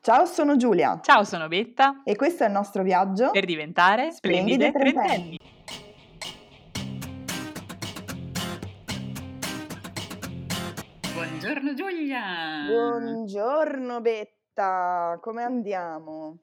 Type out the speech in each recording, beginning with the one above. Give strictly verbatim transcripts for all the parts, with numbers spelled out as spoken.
Ciao, sono Giulia Ciao, sono Betta e questo è il nostro viaggio per diventare splendide splendide trentenni. trentenni. Buongiorno Giulia! Buongiorno Betta, come andiamo?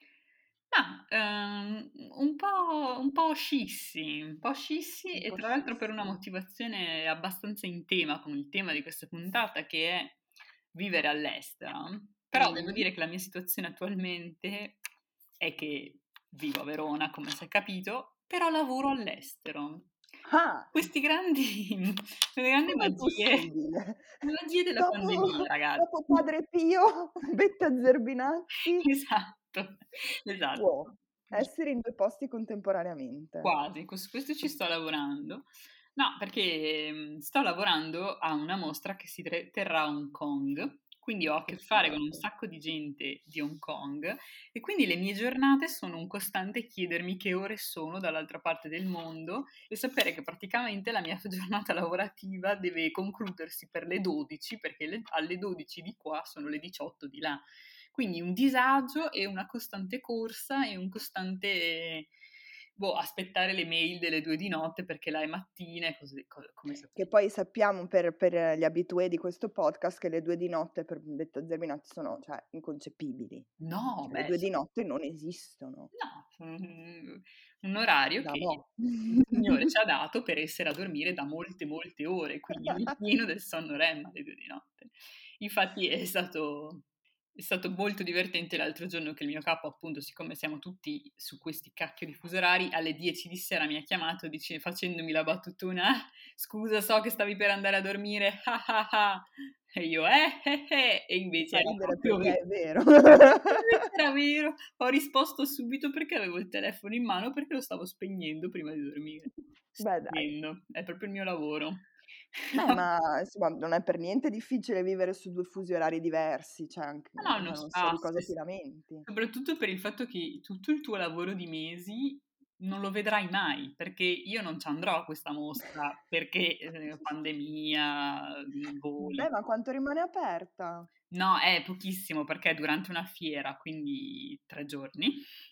Ah, ehm, un po' un po' scissi, un po' scissi Un e po' tra l'altro per una scissi. motivazione abbastanza in tema con il tema di questa puntata che è vivere all'estero. Però devo Mm. dire che la mia situazione attualmente è che vivo a Verona, come si è capito, però lavoro all'estero. Ah, Questi grandi, le grandi com'è magie, possibile? le magie della Dopo, pandemia, ragazzi. dopo Padre Pio, Betta Zerbinazzi Esatto, esatto. può essere in due posti contemporaneamente. Quasi, su questo ci sto lavorando. No, perché mm, sto lavorando a una mostra che si tre- terrà a Hong Kong, quindi ho a Che che fare con un figata. sacco di gente di Hong Kong e quindi le mie giornate sono un costante chiedermi che ore sono dall'altra parte del mondo e sapere che praticamente la mia giornata lavorativa deve concludersi per le dodici, perché le- alle dodici di qua sono le diciotto di là. Quindi un disagio e una costante corsa e un costante, boh, aspettare le mail delle due di notte perché là è mattina e così, co- come Che sapete. poi sappiamo per, per gli abitué di questo podcast che le due di notte per Betta Zerbinazzi sono, cioè, inconcepibili. No, Cioè, le beh, due di sono- notte non esistono. no, mm, un orario Da che mo'. il Signore ci ha dato per essere a dormire da molte, molte ore, quindi nel pieno del sonno REM alle due di notte. Infatti è stato, è stato molto divertente l'altro giorno che il mio capo, appunto, siccome siamo tutti su questi cacchio di fusi orari, alle dieci di sera mi ha chiamato dice, facendomi la battutona, "Ah, scusa, so che stavi per andare a dormire, ah ah ah." E io, eh, eh, eh, e invece Fa era ridere proprio perché vero. è vero. Invece era vero, ho risposto subito perché avevo il telefono in mano perché lo stavo spegnendo prima di dormire. Beh, dai. Stupendo, è proprio il mio lavoro. Beh, ma insomma non è per niente difficile vivere su due fusi orari diversi, cioè anche No, no, non cioè s non so ah, di cosa sì, ti sì. lamenti. Soprattutto per il fatto che tutto il tuo lavoro di mesi non lo vedrai mai, perché io non ci andrò a questa mostra perché eh, pandemia, mm, voli. Beh, ma quanto rimane aperta? No, è pochissimo perché è durante una fiera, quindi tre giorni,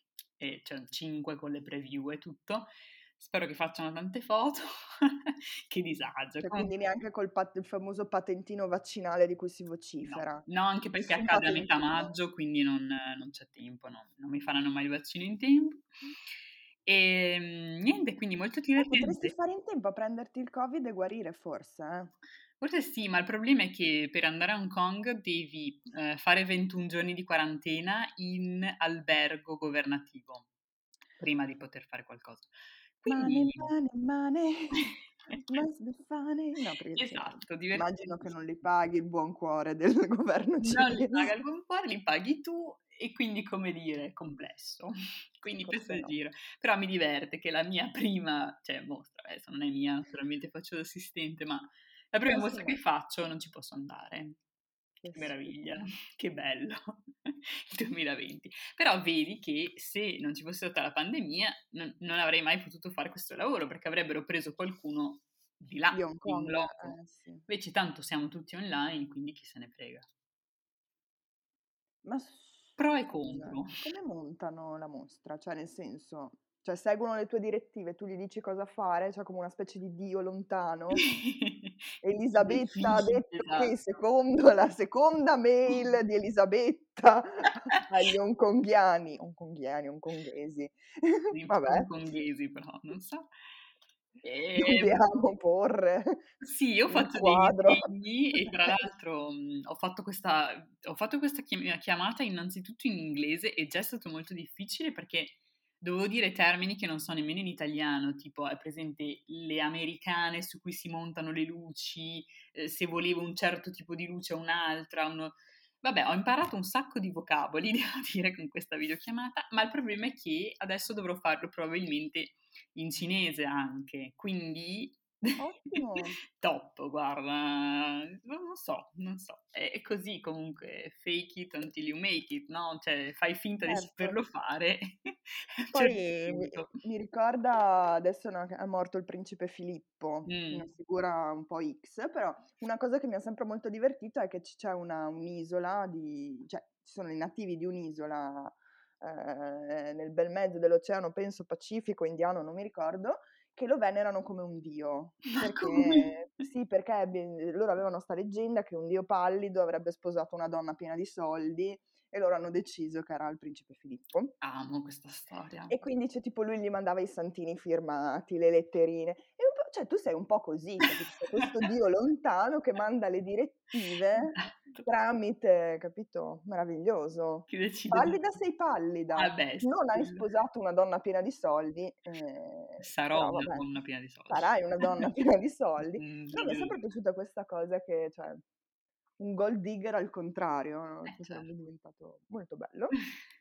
e cioè cinque con le preview e tutto. Spero che facciano tante foto. Che disagio. Cioè, quindi Comunque, neanche col pat il famoso patentino vaccinale di cui si no, vocifera. no, anche perché Nessun accade a metà patentino. maggio, quindi non, non c'è tempo, no, non mi faranno mai il vaccino in tempo. E mm, niente, quindi molto Eh, potresti divertente. fare in tempo a prenderti il Covid e guarire forse, eh. Forse sì, ma il problema è che per andare a Hong Kong devi eh, fare ventuno giorni di quarantena in albergo governativo prima di poter fare qualcosa. Money, Quindi, money, money, must be funny. No, perché insomma esatto, immagino che non li divertentissimo. paghi il buon cuore del governo Non li paga cinese. il buon cuore, li paghi tu e quindi, come dire, è complesso. Quindi questo Forse è il no. giro. Però mi diverte che la mia prima, cioè mostra, adesso non è mia, naturalmente faccio l'assistente, ma la prima Sì, sì, mostra ma che faccio non ci posso andare. Che che meraviglia, schifo. che bello il duemilaventi. Però vedi che se non ci fosse stata la pandemia non, non avrei mai potuto fare questo lavoro perché avrebbero preso qualcuno di là, Di Hong in Kong, loco. eh sì. Invece tanto siamo tutti online, quindi chi se ne frega. Ma Pro e scusa, contro. come montano la mostra? Cioè, nel senso, cioè seguono le tue direttive, tu gli dici cosa fare, cioè come una specie di dio lontano? Elisabetta ha detto che Esatto. secondo la seconda mail di Elisabetta agli hongkonghiani, hongkonghiani, hongkonghesi, vabbè, Hongkongesi però, non so. Ehm dobbiamo porre Sì, io un faccio degli quadro. impegni e tra l'altro, mhmm, ho fatto questa ho fatto questa chim chiamata innanzitutto in inglese e già è stato molto difficile perché dovevo dire termini che non so nemmeno in italiano, tipo hai presente le americane su cui si montano le luci, ehm, se volevo un certo tipo di luce o un'altra, uno vabbè, ho imparato un sacco di vocaboli, devo dire, con questa videochiamata, ma il problema è che adesso dovrò farlo probabilmente in cinese anche, quindi Ottimo. top, guarda, non lo so, non so, è, è così comunque, fake it until you make it, no? Cioè fai finta di Certo. saperlo fare a un certo Poi mi punto. mi ricorda adesso no che è morto il principe Filippo, una Mm. figura un po' X, però una cosa che mi ha sempre molto divertito è che c c'è una un'isola di cioè ci sono i nativi di un'isola eh, nel bel mezzo dell'oceano, penso Pacifico, Indiano, non mi ricordo, che lo venerano come un dio. Ma come? Perché, sì, perché loro avevano sta leggenda che un dio pallido avrebbe sposato una donna piena di soldi e loro hanno deciso che era il principe Filippo. Amo questa storia. E quindi c'è tipo lui gli mandava i santini firmati, le letterine. E un po', cioè tu sei un po' così, capito? C'è questo dio lontano che manda le direttive Esatto. tramite, capito? Meraviglioso. Chi decide di Pallida sei pallida. ah beh, sì, Non hai quello. sposato una donna piena di soldi, eh, Sarò però una vabbè, donna piena di soldi. sarai una donna piena di soldi. Mhmm, No, non mi è vedo sempre l'ora. piaciuta questa cosa che, cioè, un gold digger al contrario, no? Eh, Cioè, sarebbe certo. diventato molto bello.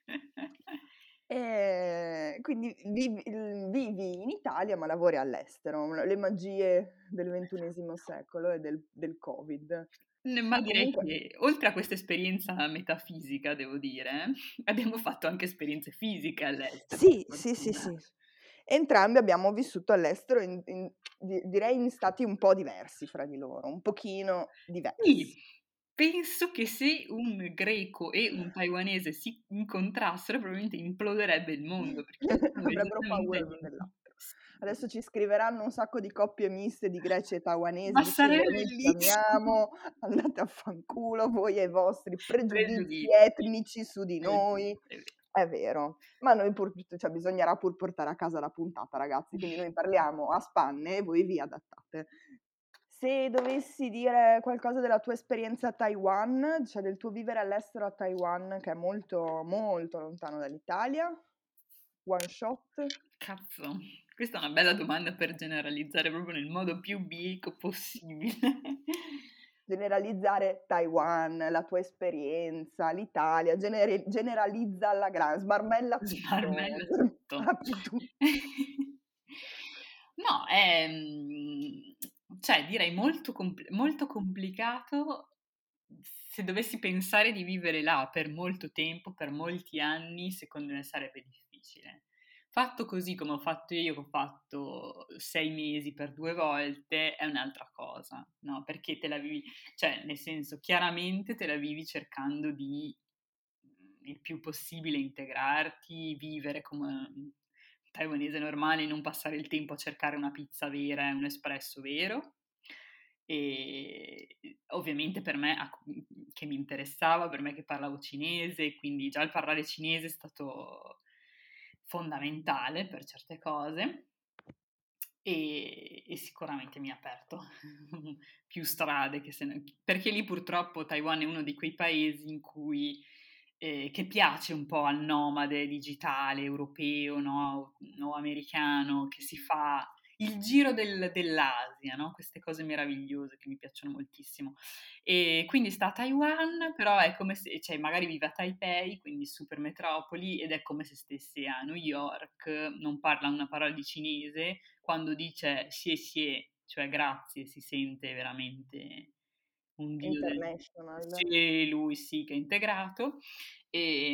E quindi vivi, vivi in Italia ma lavori all'estero, le magie del ventunesimo secolo e del, del Covid. N ma Ma direi comunque, che oltre a questa esperienza metafisica, devo dire, abbiamo fatto anche esperienze fisiche all'estero, per sì, sì, sì, fortuna. sì. Entrambi abbiamo vissuto all'estero, in, in- di- direi in stati un po' diversi fra di loro, un pochino Sì, diversi. penso che se un greco e un taiwanese si incontrassero probabilmente imploderebbe il mondo, perché sono Avrebbero esattamente paura gli l'uno dell'altro. sì. Adesso ci scriveranno un sacco di coppie miste di greci e taiwanesi Ma sarebbe dicendo noi ci bellissimo. amiamo, andate a fanculo voi e i vostri pregiudizi Pregiudizi, sì. etnici su di È vero, noi. è vero. È vero, ma noi pur, cioè bisognerà pur portare a casa la puntata, ragazzi, quindi noi parliamo a spanne e voi vi adattate. Se dovessi dire qualcosa della tua esperienza a Taiwan, cioè del tuo vivere all'estero a Taiwan, che è molto, molto lontano dall'Italia, one shot, Cazzo, questa è una bella domanda per generalizzare proprio nel modo più bieco possibile. generalizzare Taiwan, la tua esperienza, l'Italia, generi- generalizza alla grande, smarmella tutto, Smarmella tutto. apri tutto. No, è, mhmm, cioè direi molto compl molto complicato se dovessi pensare di vivere là per molto tempo, per molti anni, secondo me sarebbe difficile. Fatto così come ho fatto io, che ho fatto sei mesi per due volte, è un'altra cosa, no, perché te la vivi cioè nel senso, chiaramente te la vivi cercando di, mhmm, il più possibile integrarti, vivere come un taiwanese normale, non passare il tempo a cercare una pizza vera e un espresso vero. E ovviamente per me, a- che mi interessava, per me che parlavo cinese, quindi già il parlare cinese è stato fondamentale per certe cose. E, e sicuramente mi ha aperto più strade che se ne... perché lì purtroppo Taiwan è uno di quei paesi in cui eh, che piace un po' al nomade digitale europeo, no? O americano, che si fa il giro del- dell'Asia, no? Queste cose meravigliose che mi piacciono moltissimo. E quindi sta a Taiwan, però è come se, cioè magari vive a Taipei, quindi super metropoli, ed è come se stesse a New York, non parla una parola di cinese, quando dice xie xie, cioè grazie, si sente veramente un dio del... International. Sì, lui sì che è integrato. E,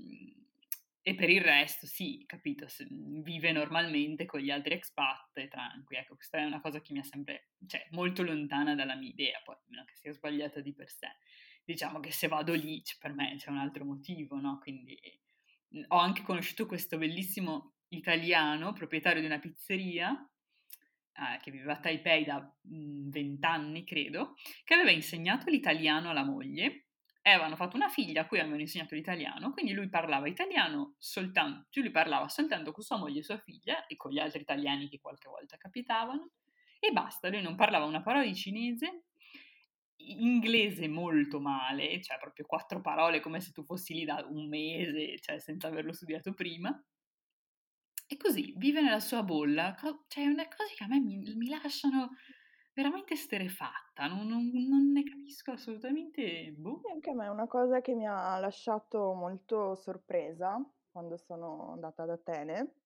e per il resto sì, capito, se- vive normalmente con gli altri expat e tranqui. Ecco, questa è una cosa che mi ha sempre, cioè, molto lontana dalla mia idea, poi, a meno che sia sbagliata di per sé. Diciamo che se vado lì, c- per me c'è un altro motivo, no? Quindi mh, ho anche conosciuto questo bellissimo italiano, proprietario di una pizzeria, eh, che viveva a Taipei da venti anni, credo, che aveva insegnato l'italiano alla moglie e avevano fatto una figlia a cui avevano insegnato l'italiano, quindi lui parlava italiano soltanto, cioè lui parlava soltanto con sua moglie e sua figlia e con gli altri italiani che qualche volta capitavano e basta, lui non parlava una parola di cinese, inglese molto male, cioè proprio quattro parole come se tu fossi lì da un mese, cioè senza averlo studiato prima. E così vive nella sua bolla, co- cioè una cosa che a me mi, mi lasciano veramente esterrefatta, non, non- non ne capisco assolutamente, boh. E anche a me è una cosa che mi ha lasciato molto sorpresa quando sono andata ad Atene.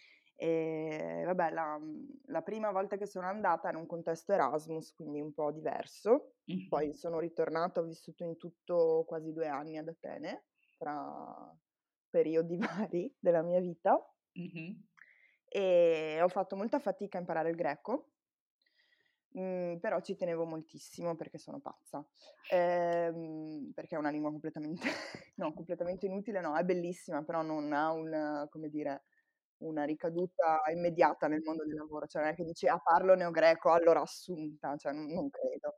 E vabbè, la, la prima volta che sono andata in un contesto Erasmus, quindi un po' diverso. Mhm, Poi sono ritornata, ho vissuto in tutto quasi due anni ad Atene, tra periodi vari della mia vita. mhm. E ho fatto molta fatica a imparare il greco. Mhmm, però ci tenevo moltissimo perché sono pazza. Ehm, perché è una lingua completamente no, completamente inutile no, è bellissima, però non ha un come dire, una ricaduta immediata nel mondo del lavoro. Cioè non è che dici: "Ah, parlo neogreco, allora assunta", cioè non non credo.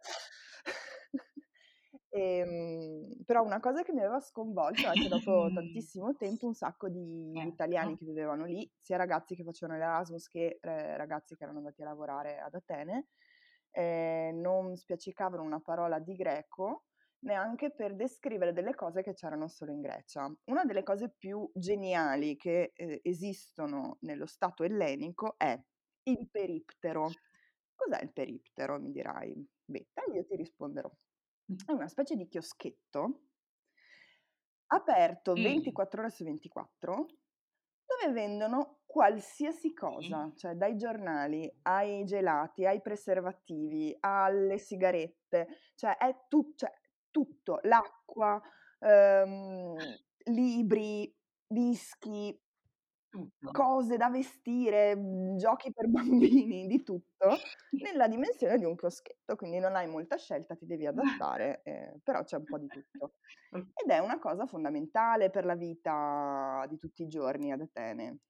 Ehm, però una cosa che mi aveva sconvolto è che dopo tantissimo tempo un sacco di di italiani Ecco. che vivevano lì, sia ragazzi che facevano l'Erasmus che, ehm, ragazzi che erano andati a lavorare ad Atene, ehm, non spiaccicavano una parola di greco, neanche per descrivere delle cose che c'erano solo in Grecia. Una delle cose più geniali che, ehm, esistono nello Stato ellenico è il periptero. Cos'è il periptero, mi dirai? Beh, e io ti risponderò. Mh. È una specie di chioschetto aperto Mh. ventiquattro ore su ventiquattro, dove vendono qualsiasi Sì. cosa, cioè dai giornali, ai gelati, ai preservativi, alle sigarette, cioè è tu cioè tutto, l'acqua, ehm, libri, dischi Tutto. cose da vestire, mhmm, giochi per bambini, di tutto, nella dimensione di un chioschetto, quindi non hai molta scelta, ti devi adattare, ehm, però c'è un po' di tutto. Ed è una cosa fondamentale per la vita di tutti i giorni ad Atene.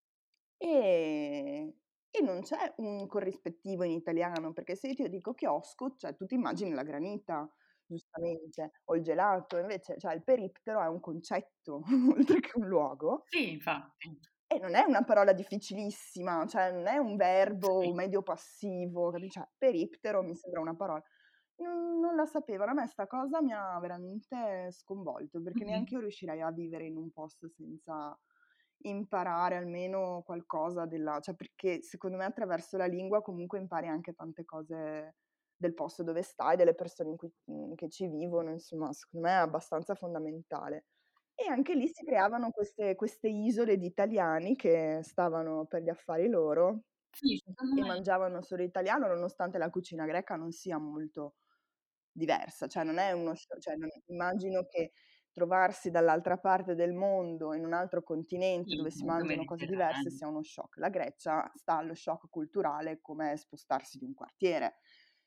E e non c'è un corrispettivo in italiano, perché se io ti dico chiosco, cioè tu ti immagini la granita, giustamente, o il gelato, invece cioè il periptero è un concetto oltre che un luogo Sì, infatti. e non è una parola difficilissima, cioè non è un verbo Sì. medio passivo, capi cioè periptero mi sembra una parola non non la sapevano. A me sta cosa mi ha veramente sconvolto, perché Mh-mh. neanche io riuscirei a vivere in un posto senza imparare almeno qualcosa della cioè perché secondo me attraverso la lingua comunque impari anche tante cose del posto dove stai, delle persone in cui mhmm, che ci vivono, insomma secondo me è abbastanza fondamentale. E anche lì si creavano queste queste isole di italiani che stavano per gli affari loro Sì, secondo e me mangiavano solo italiano, nonostante la cucina greca non sia molto diversa, cioè non è uno scio cioè non immagino che trovarsi dall'altra parte del mondo, in un altro continente sì, dove si comunque mangiano cose diverse mediterraneo. sia uno shock. La Grecia sta allo shock culturale come spostarsi di un quartiere.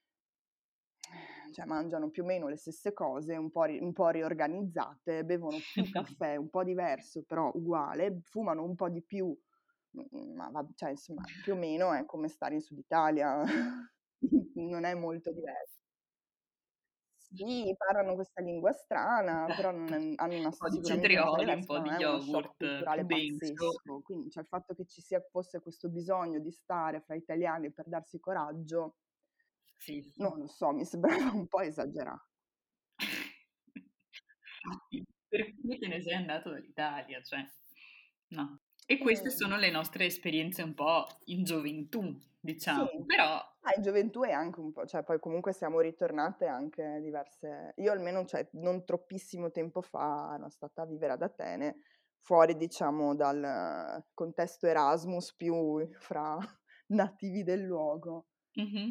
Cioè mangiano più o meno le stesse cose, un po' ri un po' riorganizzate, bevono più caffè, un po' diverso però uguale, fumano un po' di più, mhmm, ma va cioè insomma più o meno è come stare in Sud Italia, non è molto diver sì, parlano questa lingua strana, però non Esatto. è hanno una Un po' di sicuramente una storia cetrioli, un diversa, po' ma non di è uno shock yogurt più culturale denso. pazzesco. Quindi, cioè il fatto che ci sia fosse questo bisogno di stare fra italiani per darsi coraggio Sì, sì. non lo so, mi sembrava un po' esagera Infatti, perché te ne sei andato dall'Italia, cioè no. E queste Ehm, sono le nostre esperienze un po' in gioventù, sì, diciamo, però ah, in gioventù è anche un po' cioè poi comunque siamo ritornate anche diverse io almeno, cioè non troppissimo tempo fa ero stata a vivere ad Atene, fuori diciamo dal contesto Erasmus più fra nativi del luogo. mh-mh.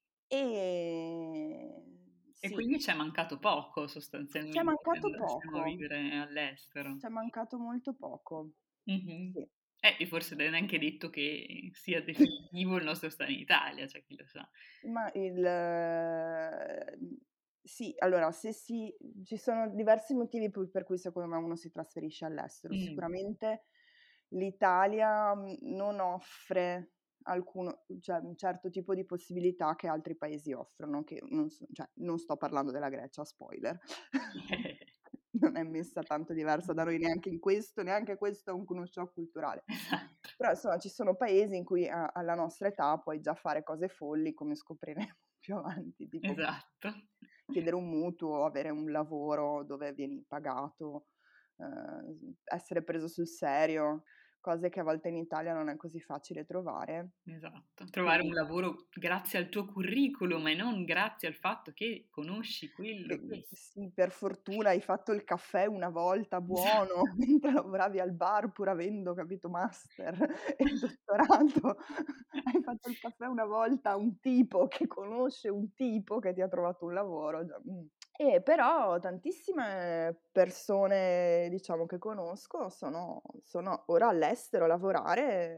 Ehm, E sì, quindi c'è mancato poco c'è sostanzialmente se mancato andassimo a poco, vivere all'estero. c'è mancato molto poco. Mh-mh. Sì. Eh, e forse non è neanche detto che sia definitivo il nostro stare in Italia, cioè chi lo sa. Ma il mhmm, sì, allora se si ci sono diversi motivi pu per cui secondo me uno si trasferisce all'estero. Mh. Sicuramente l'Italia, mhmm, non offre alcuno cioè un certo tipo di possibilità che altri paesi offrono, che non s cioè non sto parlando della Grecia, spoiler. Non è messa tanto diversa da noi neanche in questo, neanche questo è un uno shock culturale. Esatto, Però insomma ci sono paesi in cui a alla nostra età puoi già fare cose folli, come scopriremo più avanti, tipo esatto. chiedere un mutuo, avere un lavoro dove vieni pagato, ehm, s essere preso sul serio, cose che a volte in Italia non è così facile trovare. Esatto. Trovare un Quindi lavoro grazie al tuo curriculum e non grazie al fatto che conosci quello che che che s sì, per fortuna hai fatto il caffè una volta buono, esatto, mentre lavoravi al bar pur avendo, capito, master e dottorato. Hai fatto il caffè una volta a un tipo che conosce un tipo che ti ha trovato un lavoro, già mh. Eh, però tantissime persone, diciamo, che conosco sono sono ora all'estero a lavorare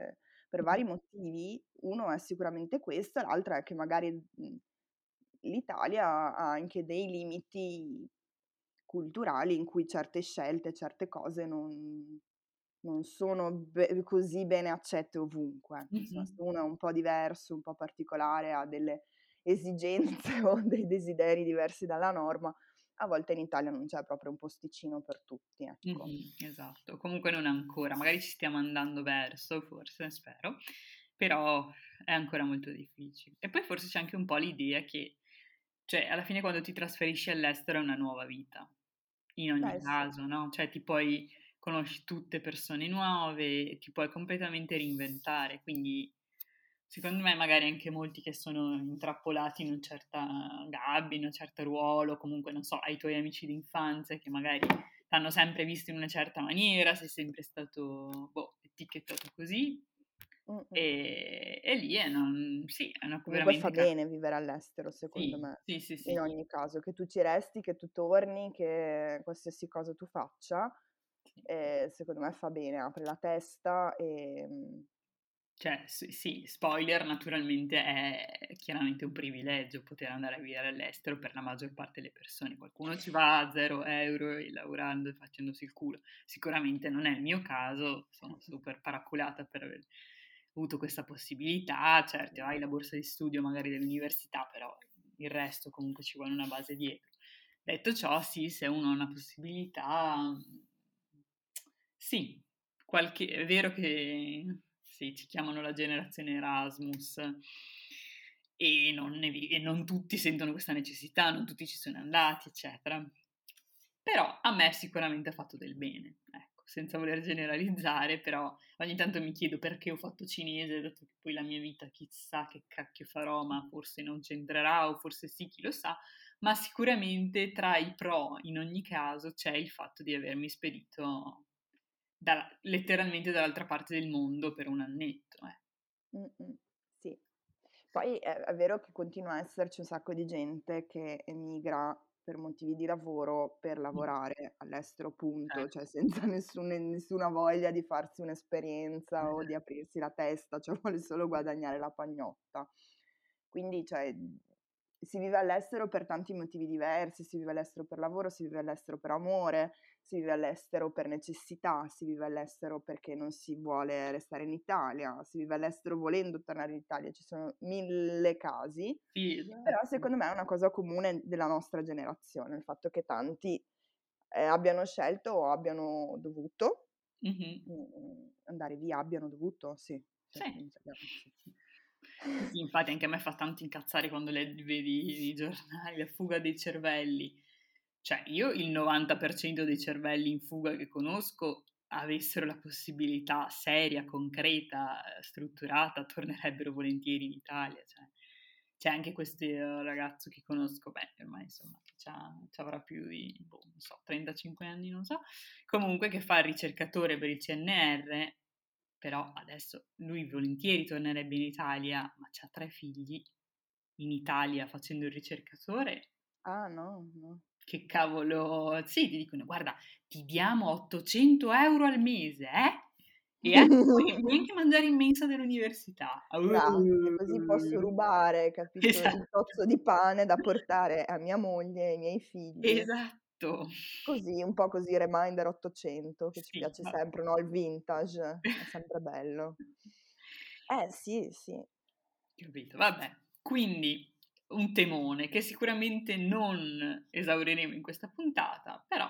per vari motivi. Uno è sicuramente questo, l'altro è che magari, mhmm, l'Italia ha anche dei limiti culturali in cui certe scelte, certe cose non non sono be così bene accette ovunque, ecco. Insomma, se Mh-mh. uno è un po' diverso, un po' particolare, ha delle esigenze o dei desideri diversi dalla norma, a volte in Italia non c'è proprio un posticino per tutti, ecco. Mh-mh, esatto. Comunque non ancora, magari ci stiamo andando verso, forse, spero, però è ancora molto difficile. E poi forse c'è anche un po' l'idea che, cioè, alla fine quando ti trasferisci all'estero è una nuova vita, in ogni Beh sì. caso, no, cioè ti puoi conosci tutte persone nuove, ti puoi completamente reinventare, quindi secondo me magari anche molti che sono intrappolati in una certa gabbia, in un certo ruolo, comunque non so, hai i tuoi amici d'infanzia che magari t'hanno sempre visto in una certa maniera, sei sempre stato, boh, etichettato così, Mh-mh. e, e lì è, non, sì, è una, Comunque fa veramente... ca- bene vivere all'estero, secondo Sì, me, sì, sì, sì, in sì, ogni caso, che tu ci resti, che tu torni, che qualsiasi cosa tu faccia, sì. ehm, secondo me fa bene, apre la testa, ehm Cioè, sì, sì, spoiler, naturalmente è chiaramente un privilegio poter andare a vivere all'estero per la maggior parte delle persone. Qualcuno ci va a zero euro e lavorando e facendosi il culo. Sicuramente non è il mio caso, sono super paraculata per aver avuto questa possibilità. Certo, hai la borsa di studio magari dell'università, però il resto comunque ci vuole una base dietro. Detto ciò, sì, se uno ha una possibilità, sì, qualche, è vero che sì, ci chiamano la generazione Erasmus e non, ne vi- e non tutti sentono questa necessità, non tutti ci sono andati, eccetera. Però a me sicuramente ha fatto del bene, ecco, senza voler generalizzare, però ogni tanto mi chiedo perché ho fatto cinese, dato che poi la mia vita chissà che cacchio farò, ma forse non c'entrerà o forse sì, chi lo sa, ma sicuramente tra i pro in ogni caso c'è il fatto di avermi spedito da- letteralmente dall'altra parte del mondo per un annetto. Eh. Mh-mh, sì. Poi è è vero che continua a esserci un sacco di gente che emigra per motivi di lavoro, per Mm, lavorare all'estero, punto, certo. cioè senza nessun nessuna voglia di farsi un'esperienza o di Eh, aprirsi la testa, cioè vuole solo guadagnare la pagnotta. Quindi, cioè, mhmm, si vive all'estero per tanti motivi diversi, si vive all'estero per lavoro, si vive all'estero per amore, si vive all'estero per necessità, si vive all'estero perché non si vuole restare in Italia, si vive all'estero volendo tornare in Italia, ci sono mille casi, sì, però esatto. secondo me è una cosa comune della nostra generazione, il fatto che tanti, ehm, abbiano scelto o abbiano dovuto, Mhm. mhmm, andare via, abbiano dovuto? Sì, sì, Sì. in italiano sì. Sì, sì, infatti anche a me fa tanto incazzare quando le vedi i giornali, la fuga dei cervelli. Cioè, io il novanta per cento dei cervelli in fuga che conosco avessero la possibilità seria, concreta, eh, strutturata, tornerebbero volentieri in Italia. Cioè, c'è anche questo eh, ragazzo che conosco, beh, ormai insomma, che c'ha- ci avrà più di, boh, non so, trentacinque anni, non so, comunque che fa il ricercatore per il C N R, però adesso lui volentieri tornerebbe in Italia, ma c'ha tre figli in Italia facendo il ricercatore. Ah no, no. Che cavolo, sì, ti dicono, guarda, ti diamo ottocento euro al mese, eh? E eh, poi neanche mangiare in mensa dell'università. Grazie, così posso rubare, capito, il Esatto, tozzo di pane da portare a mia moglie e ai miei figli. esatto. Così, un po' così, reminder ottocento, che ci Sì, piace vabbè. sempre, no, il vintage, è sempre bello. Eh sì, sì. Capito, vabbè. Quindi un temone che sicuramente non esauriremo in questa puntata, però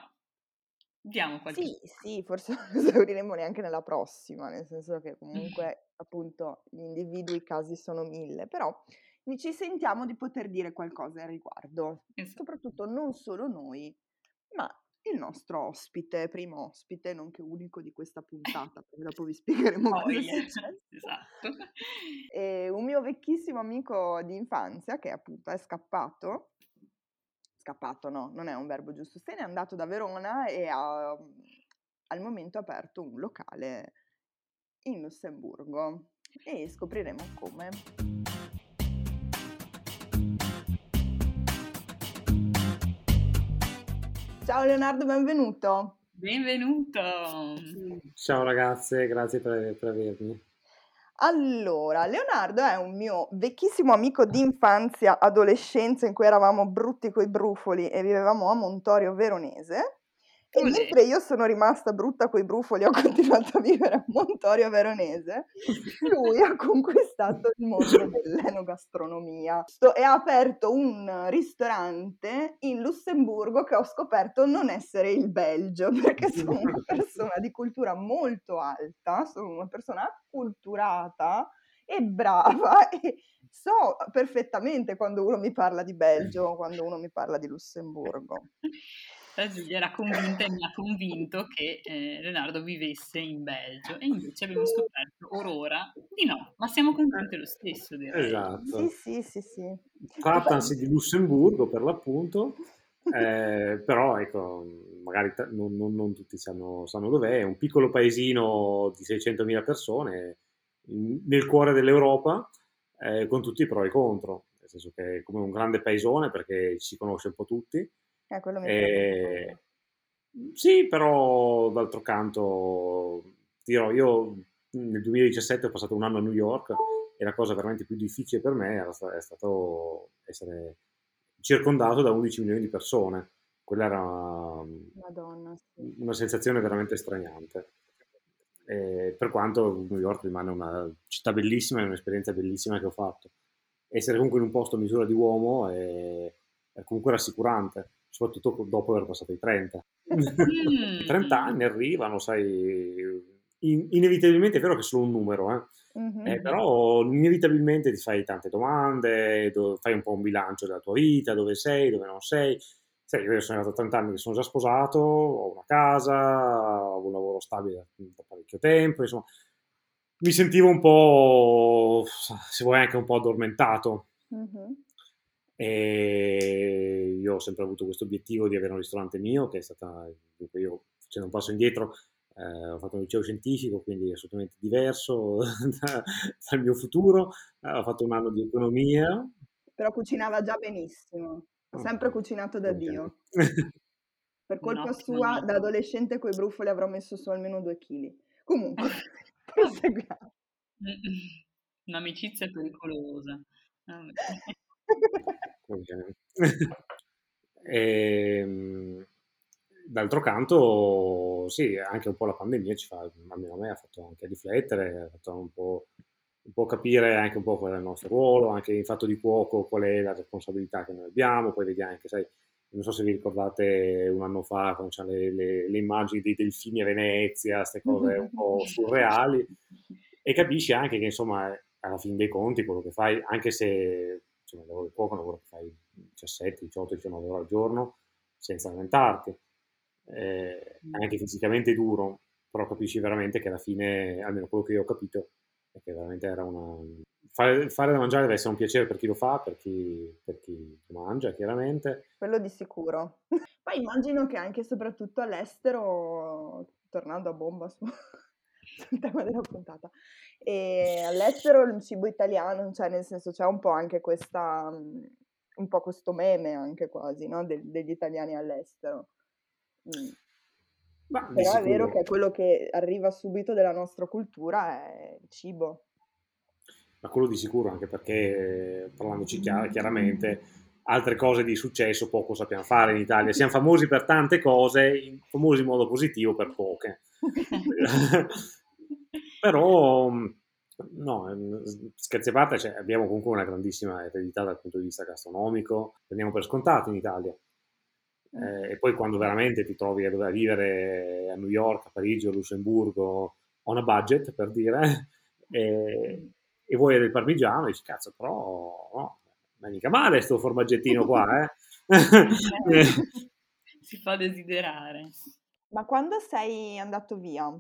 diamo qualche... Sì, sì, forse non lo esauriremo neanche nella prossima, nel senso che comunque, appunto, gli individui, i casi sono mille, però ni ci sentiamo di poter dire qualcosa al riguardo. Esatto. Soprattutto non solo noi, ma il nostro ospite, primo ospite, nonché unico di questa puntata, perché dopo vi spiegheremo cosa è Poi, successo. esatto. Ehm, un mio vecchissimo amico di infanzia che appunto è scappato scappato no, non è un verbo giusto, se n'è andato da Verona e ha, mhmm, al momento aperto un locale in Lussemburgo e scopriremo come. Ciao Leonardo, benvenuto. Benvenuto. Ciao ragazze, grazie per, per avermi. Allora, Leonardo è un mio vecchissimo amico d'infanzia, adolescenza, in cui eravamo brutti coi brufoli e vivevamo a Montorio Veronese. E Olè. mentre io sono rimasta brutta coi brufoli, ho continuato a vivere a Montorio Veronese, lui ha conquistato il mondo dell'enogastronomia sto e ha aperto un ristorante in Lussemburgo che ho scoperto non essere il Belgio, perché sono una persona di cultura molto alta, sono una persona acculturata e brava e so perfettamente quando uno mi parla di Belgio o quando uno mi parla di Lussemburgo. La Giulia era convinta e mi ha convinto che, ehm, Leonardo vivesse in Belgio e invece abbiamo scoperto or ora di no, ma siamo contente lo stesso direi. Sì, Esatto. sì, sì, sì. Che Trattasi poi di Lussemburgo per l'appunto, eh, però ecco, magari ta- non, non- non tutti sanno, sanno dov'è, è un piccolo paesino di seicentomila persone in- nel cuore dell'Europa, eh, con tutti i pro e i contro, nel senso che è come un grande paesone perché ci si conosce un po' tutti. eh, quello mi farebbe Eh, paura. sì, però d'altro canto, ti dirò, io nel duemiladiciassette ho passato un anno a New York e la cosa veramente più difficile per me era sta- è stato essere circondato da undici milioni di persone. Quella era um, Madonna, sì. una sensazione veramente straniante. Eh, per quanto New York rimane una città bellissima e un'esperienza bellissima che ho fatto. Essere comunque in un posto a misura di uomo è, è comunque rassicurante, soprattutto dopo aver passato i trenta. I trenta Mh. anni arrivano, sai, in- inevitabilmente è vero che è solo un numero, eh. Mh-mh. Eh, Mh-mh. però inevitabilmente ti fai tante domande, do- fai un po' un bilancio della tua vita, dove sei, dove non sei. Sai, io sono arrivato a trenta anni che sono già sposato, ho una casa, ho un lavoro stabile da parecchio tempo, insomma, mi sentivo un po', se vuoi, anche un po' addormentato. Mh-mh. E io ho sempre avuto questo obiettivo di avere un ristorante mio, che è stata, dunque io facendo un passo indietro, eh, ho fatto un liceo scientifico, quindi assolutamente diverso da- dal mio futuro. Eh, ho fatto un anno di economia. Però cucinava già benissimo. Ha Ah, sempre cucinato da ok. Dio. Per Un colpa ottimo sua, da amico. adolescente coi brufoli avrò messo su almeno due chili. Comunque, Vabbè. proseguiamo. Mh-mh. Un'amicizia pericolosa. Vabbè. Ok. Ehm, D'altro canto, sì, anche un po' la pandemia ci fa, almeno a me ha fatto anche riflettere, ha fatto un po', un po' capire anche un po' qual è il nostro ruolo, anche in fatto di cuoco, qual è la responsabilità che noi abbiamo, poi vedi anche, sai, non so se vi ricordate un anno fa, quando c'erano le, le- le immagini dei delfini a Venezia, queste cose un po' surreali, e capisci anche che, insomma, alla fin dei conti, quello che fai, anche se insomma, il lavoro di cuoco è un lavoro che fai diciassette, diciotto, diciannove ore al giorno, senza lamentarti, eh, è anche fisicamente duro, però capisci veramente che alla fine, almeno quello che io ho capito, è che veramente era una... Fare, fare da mangiare deve essere un piacere per chi lo fa, per chi, per chi lo mangia, chiaramente. Quello di sicuro. Poi immagino che anche e soprattutto all'estero, tornando a bomba su sul tema della puntata, ehm, all'estero il cibo italiano, cioè nel senso c'è un po' anche questa mhmm, un po' questo meme anche quasi, no, del degli italiani all'estero. Mh. Ma di Però è vero sicuro. che quello che arriva subito della nostra cultura è il cibo. Ma quello di sicuro, anche perché, eh, parlandoci chiar- chiaramente, altre cose di successo poco sappiamo fare in Italia. Siamo famosi per tante cose, in- famosi in modo positivo per poche. Però, mh, no, ehm, scherzi a parte, cioè, abbiamo comunque una grandissima eredità dal punto di vista gastronomico, prendiamo per scontato in Italia. Eh, e poi quando veramente ti trovi a dover vivere a New York, a Parigi o a Lussemburgo on a budget, per dire, e, e vuoi del parmigiano, dici, cazzo, però no, non è mica male sto formaggettino qua, eh. Eh, Si fa desiderare. Ma quando sei andato via,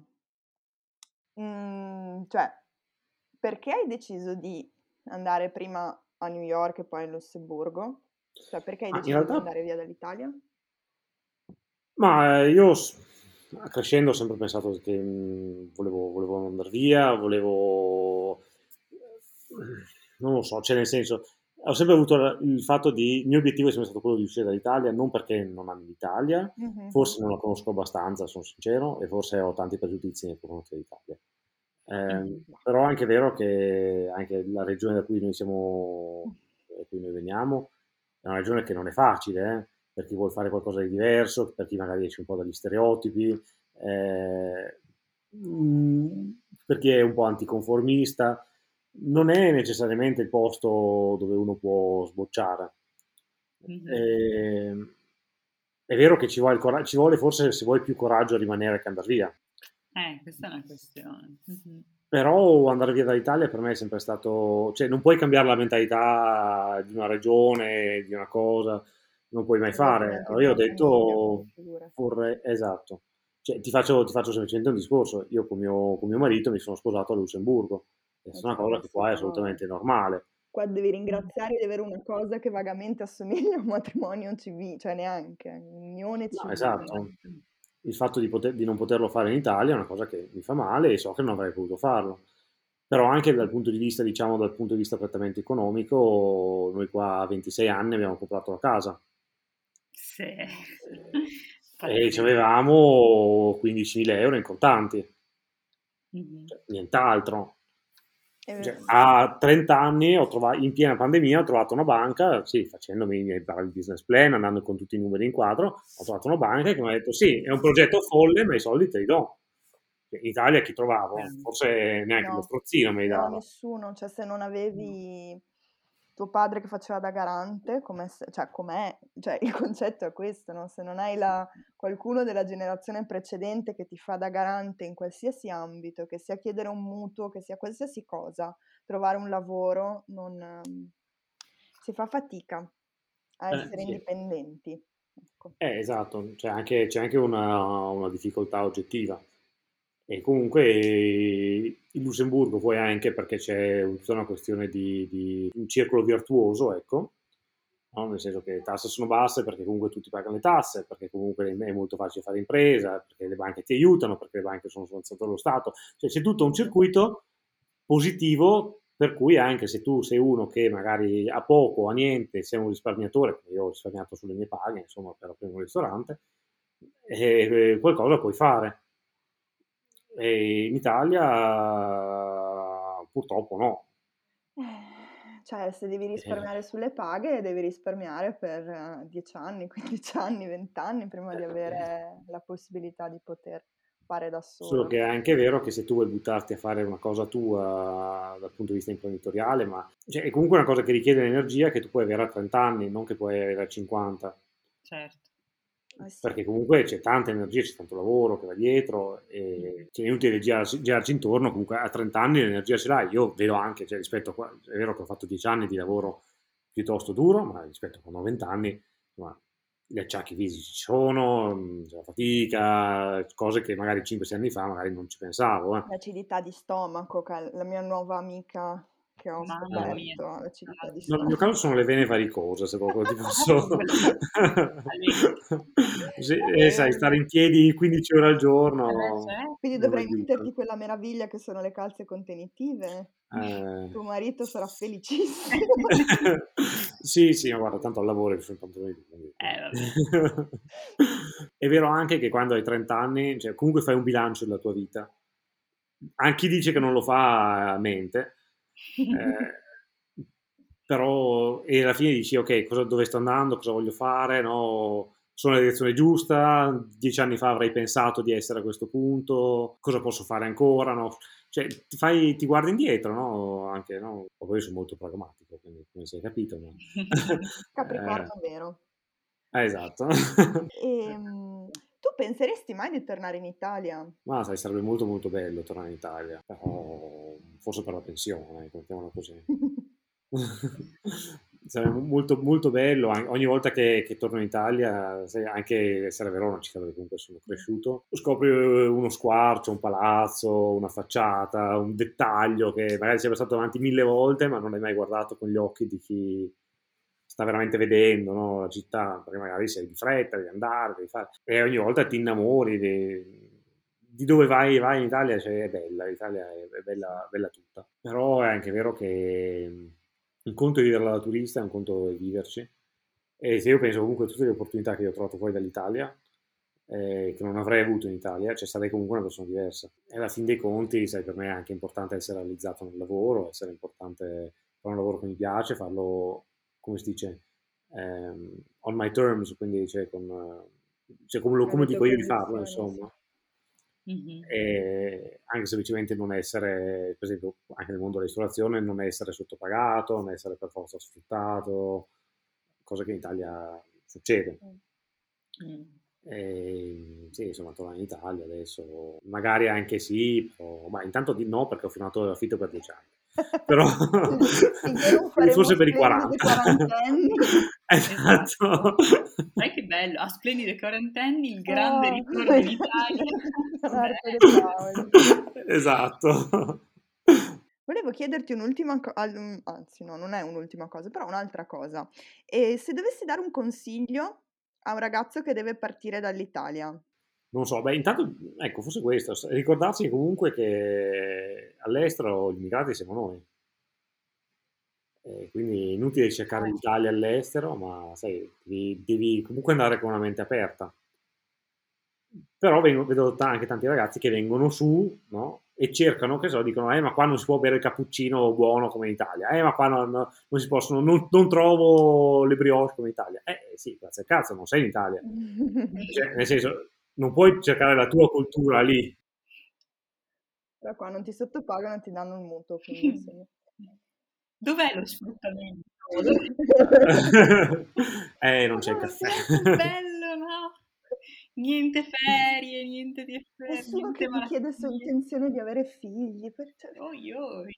mhmm, cioè, perché hai deciso di andare prima a New York e poi in Lussemburgo? Cioè, perché hai Ma in deciso di realtà, andare via dall'Italia? ma eh, io s- crescendo ho sempre pensato che mh, volevo, volevo andare via, volevo, non lo so, cioè nel senso, ho sempre avuto la- il fatto di, il mio obiettivo è sempre stato quello di uscire dall'Italia, non perché non amo l'Italia, Mh-mh. forse non la conosco abbastanza, sono sincero, e forse ho tanti pregiudizi nei confronti dell'Italia. Ehm, Mhm. però è anche vero che anche la regione da cui noi siamo, da cui noi veniamo, è una regione che non è facile, eh, per chi vuole fare qualcosa di diverso, per chi magari esce un po' dagli stereotipi, eh, mm, per chi è un po' anticonformista, non è necessariamente il posto dove uno può sbocciare. Mhm. Ehm, è vero che ci vuole, il cora- ci vuole forse se vuoi più coraggio a rimanere che andare via. Eh, questa è una questione. Mhm. Però andare via dall'Italia per me è sempre stato, cioè non puoi cambiare la mentalità di una regione, di una cosa, non puoi mai Esatto, fare. neanche Allora di io ho una famiglia, detto, figurati. vorrei, esatto, cioè, ti faccio, ti faccio semplicemente un discorso, io con mio, con mio marito mi sono sposato a Lussemburgo, Ma questa è c'è una cosa che qua è adesso assolutamente normale. qua devi ringraziare di avere una cosa che vagamente assomiglia a un matrimonio civi cioè neanche, un'unione No, civile. esatto. Il fatto di, poter- di non poterlo fare in Italia è una cosa che mi fa male e so che non avrei potuto farlo. Però anche dal punto di vista, diciamo, dal punto di vista prettamente economico, noi qua a ventisei anni abbiamo comprato la casa Sì. e ci Pazzesco. avevamo quindicimila euro in contanti, Mhm. cioè, nient'altro. Ehm, Cioè, a trenta anni, ho trova- in piena pandemia, ho trovato una banca, sì, facendomi i miei vari business plan, andando con tutti i numeri in quadro, ho trovato una banca che mi ha detto sì, è un progetto folle, ma i soldi te li do. Cioè, in Italia chi trovavo? Forse neanche lo no, strozzino me li no, dava. nessuno, cioè se non avevi tuo padre che faceva da garante, come se cioè com'è, cioè il concetto è questo, no, se non hai la qualcuno della generazione precedente che ti fa da garante in qualsiasi ambito, che sia chiedere un mutuo, che sia qualsiasi cosa, trovare un lavoro, non ehm, si fa fatica a Eh, essere sì. indipendenti, ecco. Eh, esatto, c'è anche, c'è anche una, una difficoltà oggettiva. E comunque eh, il Lussemburgo poi anche perché c'è un- tutta una questione di, di un circolo virtuoso, ecco, no? Nel senso che le tasse sono basse perché comunque tutti pagano le tasse, perché comunque è molto facile fare impresa, perché le banche ti aiutano, perché le banche sono sovvenzionate dallo Stato. Cioè c'è tutto un circuito positivo per cui anche se tu sei uno che magari ha poco o ha niente, sei un risparmiatore, come io ho risparmiato sulle mie paghe, insomma, per aprire un ristorante, e, eh, qualcosa puoi fare. E in Italia purtroppo no. Eh, cioè se devi Eh, risparmiare sulle paghe, devi risparmiare per dieci anni, quindici anni, venti anni prima di eh, avere la possibilità di poter fare da Solo solo. che è anche vero che se tu vuoi buttarti a fare una cosa tua dal punto di vista imprenditoriale, ma cioè, è comunque una cosa che richiede energia che tu puoi avere a trenta anni, non che puoi avere a cinquanta. Certo. Eh sì. Perché comunque c'è tanta energia, c'è tanto lavoro che va dietro Mhm. e c'è inutile girarci, girarci intorno, comunque a trenta anni l'energia ce l'hai, io vedo anche, cioè, rispetto a qua, è vero che ho fatto dieci anni di lavoro piuttosto duro, ma rispetto a quando ho venti anni, insomma, gli acciacchi fisici ci sono, mh, c'è la fatica, cose che magari cinque sei anni fa magari non ci pensavo. Eh. L'acidità di stomaco, che è la mia nuova amica che ho Mamma Eh, mia. scoperto, l'acidità di Ah, no, nel mio stomaco. caso sono le vene varicose, se qualcosa ti posso... Talenti. Sì, Va e sai, bene. stare in piedi quindici ore al Eh beh, giorno certo. Quindi non dovrai aiuta. metterti quella meraviglia che sono le calze contenitive. Eh, Tuo marito sarà felicissimo. sì, sì, ma guarda, tanto al lavoro ci sono pantaloni lunghi, Eh, quindi. vabbè. È vero anche che quando hai trenta anni, cioè comunque fai un bilancio della tua vita. Anche chi dice che non lo fa mente, eh, però e alla fine dici ok, cosa, dove sto andando, cosa voglio fare, no? Sono nella direzione giusta, dieci anni fa avrei pensato di essere a questo punto, cosa posso fare ancora, no? Cioè, ti, fai, ti guardi indietro, no? Anche, no? Poi io sono molto pragmatico, quindi come si è capito, ma... eh, Capricorno vero. eh, esatto. Ehm, tu penseresti mai di tornare in Italia? Ma sai, sarebbe molto molto bello tornare in Italia, però forse per la pensione, mettiamola così. Sarebbe molto, molto bello, an- ogni volta che, che torno in Italia, se- anche essere a Verona, una città dove comunque sono cresciuto, scopri eh, uno squarcio, un palazzo, una facciata, un dettaglio che magari sei passato davanti mille volte, ma non hai mai guardato con gli occhi di chi sta veramente vedendo, no, la città, perché magari sei di fretta, devi andare, devi fare... E ogni volta ti innamori di, di dove vai, vai in Italia, cioè è bella, l'Italia è, è bella, bella tutta. Però è anche vero che un conto è viverla da turista, un conto è viverci. E se io penso comunque a tutte le opportunità che io ho trovato fuori dall'Italia, eh, che non avrei avuto in Italia, cioè sarei comunque una persona diversa. E alla fin dei conti, sai, per me è anche importante essere realizzato nel lavoro, essere importante fare un lavoro che mi piace, farlo, come si dice, ehm, on my terms, quindi cioè, con, eh, cioè come, lo, Con le come tue dico io di farlo, condizioni, sì. insomma. Mhm. E anche semplicemente non essere, per esempio, anche nel mondo della ristorazione, non essere sottopagato, non essere per forza sfruttato, cosa che in Italia succede. Mm. E, sì, insomma, tornare in Italia adesso, magari anche sì, però, ma intanto di no perché ho firmato l'affitto per dieci anni, però Finché non faremo forse per i splendide quaranta. quarantenni. Esatto. Sai che bello, a splendide quarantenni, il grande Ah, ritorno in Italia. Arte De Bello. Paoli. Esatto. Volevo chiederti un'ultima co- al- mm, anzi no, non è un'ultima cosa, però un'altra cosa. E se dovessi dare un consiglio a un ragazzo che deve partire dall'Italia? Non so, beh, intanto, ecco, forse questo, s- ricordarsi comunque che all'estero gli immigrati siamo noi. E quindi è inutile cercare Ah, l'Italia all'estero, ma sai, devi, devi comunque andare con una mente aperta. Però vengo- vedo ta- anche tanti ragazzi che vengono su, no? E cercano, che so, dicono, eh, ma qua non si può bere il cappuccino buono come in Italia, eh, ma qua non, non si possono, non, non trovo le brioche come in Italia. Eh sì, grazie al cazzo, non sei in Italia. Cioè, nel senso, non puoi cercare la tua cultura lì. però qua non ti sottopagano, ti danno il mutuo, quindi sì. Dov'è lo sfruttamento? Eh, non Ma c'è il guarda, caffè. Che bello, no? Niente ferie, niente di afferri, nessuno niente che ti chiede se ho malattie. intenzione di avere figli. per- cioè, Oi, oi.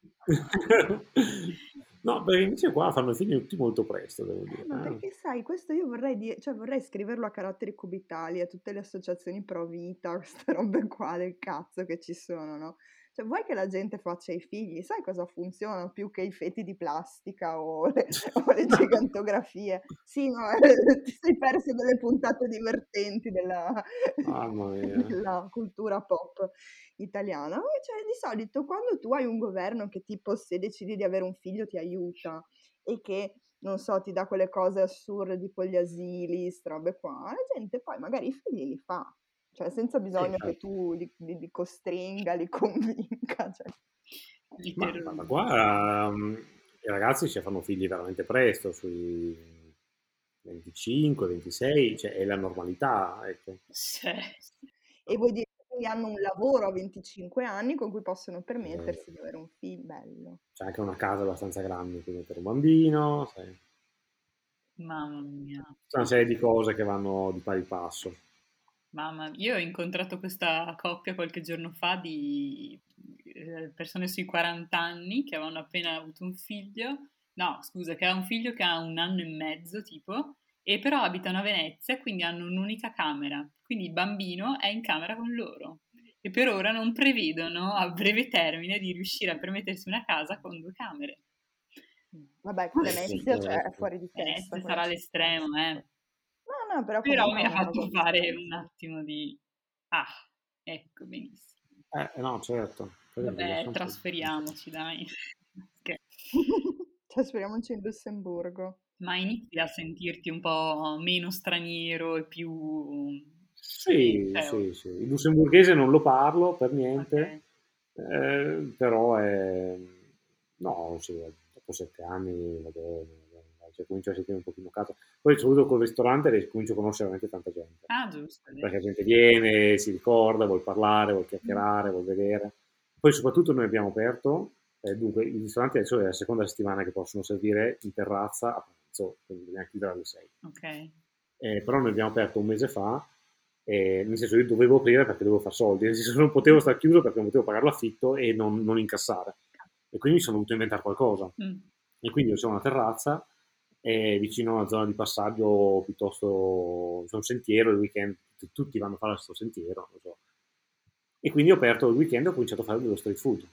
No, perché invece qua fanno i figli tutti molto presto, devo dire. Ma eh. perché sai, questo io vorrei, di- cioè, vorrei scriverlo a caratteri cubitali, a tutte le associazioni pro vita, queste robe qua del cazzo che ci sono, no? Cioè, vuoi che la gente faccia i figli? Sai cosa funziona più che i feti di plastica o le, o le gigantografie? Sì, no, ti sei perso delle puntate divertenti della, Mamma mia. della cultura pop italiana. Ma, cioè, di solito quando tu hai un governo che tipo se decidi di avere un figlio ti aiuta e che non so, ti dà quelle cose assurde tipo gli asili, ste robe qua, la gente poi magari i figli li fa, cioè senza Sì, bisogno che certo. tu li, li- li costringa, li convinca. Cioè. I Ma, ma- ma terroristi. qua um, i ragazzi ci fanno figli veramente presto, sui venticinque, ventisei, cioè è la normalità, ecco. Sì. E vuol dire che quindi hanno un lavoro a venticinque anni con cui possono Eh, permettersi di avere un figlio bello. c'è anche una casa abbastanza grande per mettere un bambino, sai. Mamma mia. C'è una serie di cose che vanno di pari passo. Mamma, io ho incontrato questa coppia qualche giorno fa di eh, persone sui quaranta anni che avevano appena avuto un figlio, no, scusa, che ha un figlio che ha un anno e mezzo tipo, e però abitano a Venezia, quindi hanno un'unica camera, quindi il bambino è in camera con loro e per ora non prevedono a breve termine di riuscire a permettersi una casa con due camere. Vabbè, Eh sì, Venezia, cioè, è certo. fuori di testa Venezia quella sarà città. l'estremo, eh. No, no, però Però comunque mi è ha una roba fatto fare un abbastanza. attimo di... Ah, ecco, benissimo. Eh, eh, no, certo. Per esempio, Vabbè, sono- trasferiamoci, dai. Che- Trasferiamoci in Lussemburgo. Ma inizi a sentirti un po' meno straniero e più... Sì, Sì, cioè, sì, sì. Il lussemburghese non lo parlo per niente, ok. eh, però è... No, sì, dopo sette anni va bene, va bene, cioè, comincio a sentire un pochino caso. Poi soprattutto col ristorante e comincio a conoscere veramente tanta gente, Ah, giusto, è perché vero. la gente viene, si ricorda, vuol parlare, vuol chiacchierare, vuol vedere. Poi soprattutto noi abbiamo aperto, eh, dunque i ristoranti adesso è la seconda settimana che possono servire in terrazza a pranzo, quindi bisogna chiudere alle sei. Ok. Eh, però noi abbiamo aperto un mese fa, eh, nel senso io dovevo aprire perché dovevo fare soldi, nel senso non potevo stare chiuso perché non potevo pagare l'affitto e non, non incassare. E quindi mi sono dovuto inventare qualcosa. Mm. E quindi c'è una terrazza eh, vicino a una zona di passaggio piuttosto, c'è un sentiero, il weekend tutti, tutti vanno a fare questo sentiero, non so. E quindi ho aperto il weekend e ho cominciato a fare dello street food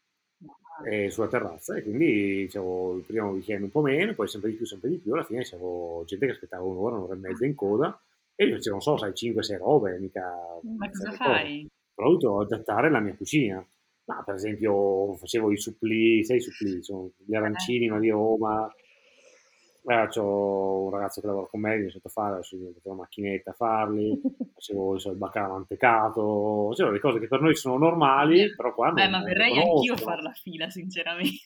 Ah, eh, sulla terrazza e quindi diciamo, il primo weekend un po' meno, poi sempre di più, sempre di più, alla fine c'avevo gente che aspettava un'ora, un'ora e mezza in coda e io facevo, non so, sai, cinque sei robe, mica ma sai cosa che cosa. fai? Però ho dovuto adattare la mia cucina. Ma per esempio facevo i supplì, sai i supplì, sono gli Eh, arancini, ma di Roma, Eh, c'ho un ragazzo che lavora con me, mi ha fatto fare, adesso io metto la macchinetta a farli, facevo so, il baccalà mantecato, c'erano le cose che per noi sono Beh, normali, però qua beh, non, ma non le verrei anch'io a conoscono. far la fila, sinceramente.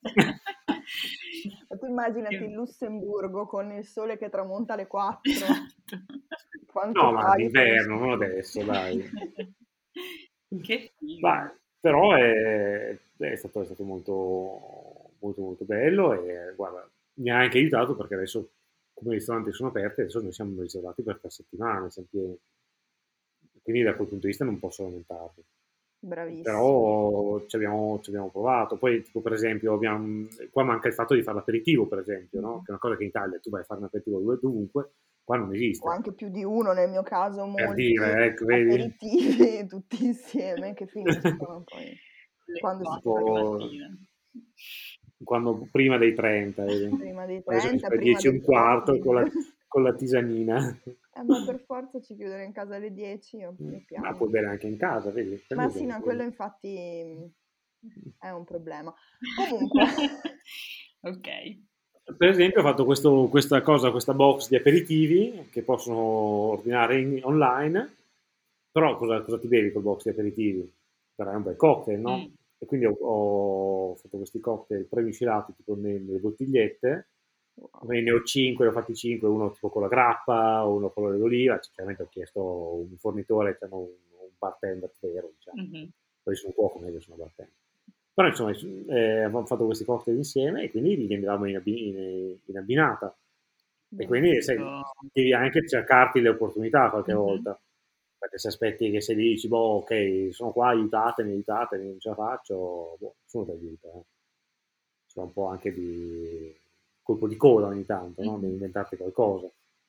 Ma tu immaginati il Che- Lussemburgo con il sole che tramonta alle quattro, Esatto. quanto No, ma paghi per un d'inverno, non secondo? adesso, dai. Che figo. Ma, però è, è stato, è stato molto, molto, molto bello e guarda, mi ha anche aiutato perché adesso, come i ristoranti sono aperti, adesso noi siamo riservati per tre settimane, siamo pieni. Quindi da quel punto di vista non posso lamentarmi. Bravissimo. Però ci abbiamo, ci abbiamo provato. Poi, tipo, per esempio, abbiamo, qua manca il fatto di fare l'aperitivo, per esempio, no? Mhm. Che è una cosa che in Italia tu vai a fare un aperitivo dove- dovunque, qua non O esiste. anche più di uno, nel mio caso Per molti dire, ecco, vedi? aperitivi tutti insieme che finiscono poi Le quando si quattro di torna Tipo, mattina. quando, prima dei trenta, vedi? prima dei Adesso si trenta, fa prima dieci e del un quarto con la, Covid. con la tisanina. Eh, ma per forza ci chiudono in casa alle dieci, io mi Ma puoi piango. bere anche in casa, vedi? Per Ma me sì, bene, no, quello vedi? infatti mh, è un problema. Comunque, Ok. Per esempio, ho fatto questo- questa cosa, questa box di aperitivi che possono ordinare in- online, però cosa, cosa ti bevi col box di aperitivi? Però è un bel cocktail, no? Mm. E quindi ho, ho fatto questi cocktail premiscelati tipo ne- nelle bottigliette, wow. ne ho cinque, ne ho fatti cinque, uno tipo con la grappa, uno con l'olio d'oliva, cioè, chiaramente ho chiesto un fornitore, cioè un, un bartender vero, diciamo. Mhm. Poi sono un cuoco, meglio sono bartender. Però insomma, eh, avevamo fatto questi cocktail insieme e quindi li vendevamo in, abbi- in- in abbinata. E quindi sai, Bellissimo. devi anche cercarti le opportunità qualche Mhm. volta. Perché se aspetti che se gli dici, boh, ok, sono qua, aiutatemi, aiutatemi, non ce la faccio, boh, nessuno ti aiuta. Eh. C'è un po' anche di colpo di coda ogni tanto, no? Devi Mhm. inventarti qualcosa.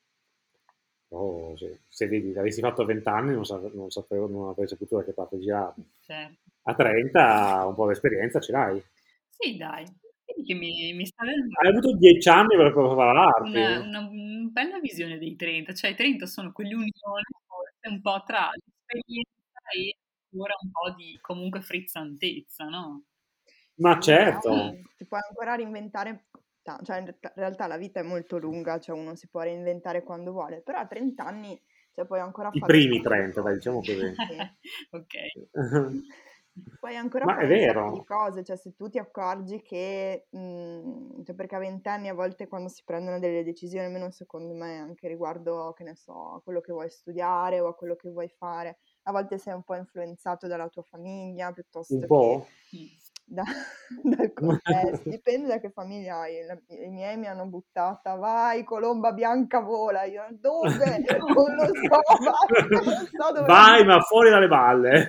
Però se, se vedi, l'avessi fatto a venti anni non, sape- non sapevo, non avrei saputo da che parte girarmi. Certo. A trenta un po' di esperienza ce l'hai. Sì, dai. Vedi che mi, mi sta venendo Hai avuto dieci anni per una, prepararti. una, una bella visione dei trenta, cioè i trenta sono quell'unione forse un po' tra l'esperienza e ancora un po' di comunque frizzantezza, no? Ma Sì, però certo, Mm. si può ancora reinventare, ta- cioè in realtà in realtà la vita è molto lunga, cioè uno si può reinventare quando vuole, però a trenta anni cioè, puoi ancora i fare un primi sacco di trenta, dai, cose. diciamo così. Sì. Ok. Puoi ancora Ma è fare un sacco di vero, cose, cioè se tu ti accorgi che, mhmm, cioè perché a venti anni a volte quando si prendono delle decisioni, almeno secondo me, anche riguardo, che ne so, a quello che vuoi studiare o a quello che vuoi fare, a volte sei un po' influenzato dalla tua famiglia un piuttosto che po'. Mm. da dal contesto, dipende da che famiglia hai. La i miei mi hanno buttata: "Vai, colomba bianca vola!" Io: "Dove? Non lo so, basta, non so dove Vai, ma andare." fuori dalle balle.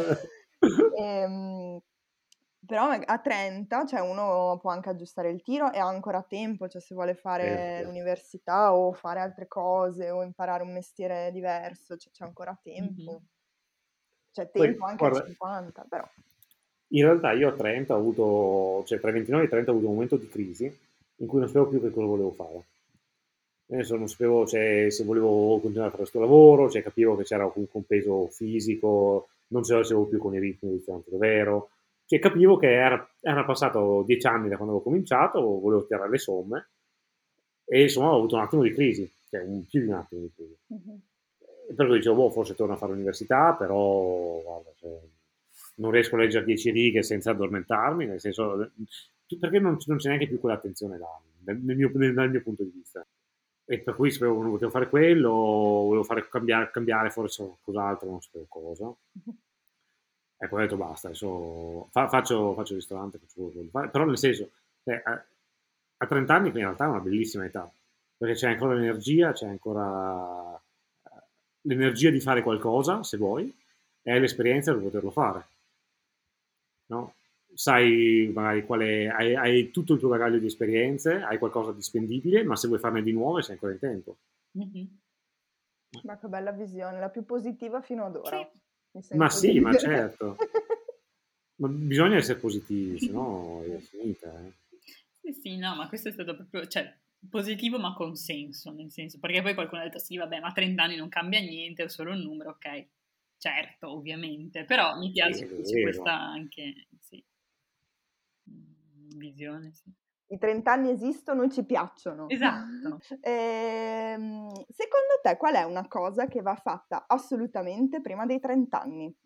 Ehm, però mag a trenta, cioè uno può anche aggiustare il tiro e ha ancora tempo, cioè se vuole fare Certo. l'università o fare altre cose o imparare un mestiere diverso, cioè c'è ancora Mhm. tempo. C'è Poi, tempo anche a guarda, cinquanta, però. in realtà io a trenta ho avuto, cioè tra i ventinove e i trenta ho avuto un momento di crisi in cui non sapevo più che cosa volevo fare. Adesso non sapevo cioè, se volevo continuare a fare questo lavoro, cioè, capivo che c'era comunque un peso fisico, non ce la facevo più con i ritmi del ristorante dov'ero, cioè, capivo che era, era passato dieci anni da quando avevo cominciato, volevo tirare le somme e insomma ho avuto un attimo di crisi, cioè un, più di un attimo di crisi. Mh-mh. E per cui dicevo, boh, forse torno a fare l'università, però guarda, cioè, non riesco a leggere dieci righe senza addormentarmi, nel senso, perché non, non c'è neanche più quell'attenzione là, nel, nel mio, nel, dal mio punto di vista. E per cui sapevo che volevo fare quello, volevo fare cambiare, cambiare forse qualcos'altro, non sapevo cosa. Mh-mh. E poi ho detto basta, adesso fa- faccio, faccio il ristorante, faccio quello che voglio fare. Però nel senso, eh, a, a trenta anni che in realtà è una bellissima età, perché c'è ancora l'energia, c'è ancora eh, l'energia di fare qualcosa, se vuoi, e hai l'esperienza per poterlo fare, no? Sai magari quale, hai, hai tutto il tuo bagaglio di esperienze, hai qualcosa di spendibile, ma se vuoi farne di nuove sei ancora in tempo. Mhm. Ma che bella visione, la più positiva fino ad Sì. ora, mi Ma sento di sì, ma dire. certo. Ma bisogna essere positivi, se Sì, no è finita. Eh. sì, sì, no, ma questo è stato proprio, cioè, positivo ma con senso, nel senso, perché poi qualcuno ha detto sì, vabbè, ma a trenta anni non cambia niente, è solo un numero, ok. Certo, ovviamente, però mi Sì, piace è che c'è vero. questa anche, sì, mm, visione, sì. I trenta anni esistono e ci piacciono. Esatto. Ehm, secondo te qual è una cosa che va fatta assolutamente prima dei trenta anni?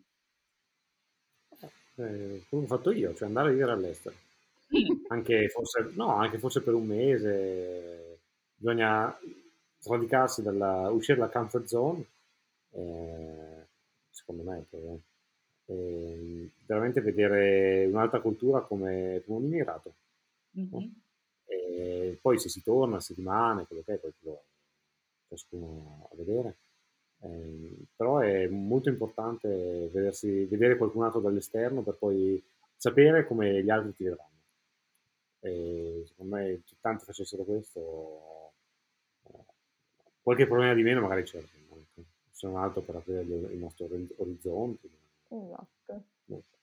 Eh, come ho fatto io, cioè andare a vivere all'estero. Mh. Anche forse, no, anche forse per un mese bisogna sradicarsi dalla, uscire dalla comfort zone, eh, secondo me, poi, eh, veramente vedere un'altra cultura come, come un immigrato, no? Mh-mh. E poi se si torna, se rimane, quello che è, poi quello ciascuno a vedere. Eh, però è molto importante vedersi, vedere qualcun altro dall'esterno per poi sapere come gli altri ti vedranno. E secondo me se tanti facessero questo, eh, qualche problema di meno magari c'è, ecco. Se non altro per aprire gli- il nostro ori- orizzonti. Esatto. Non so.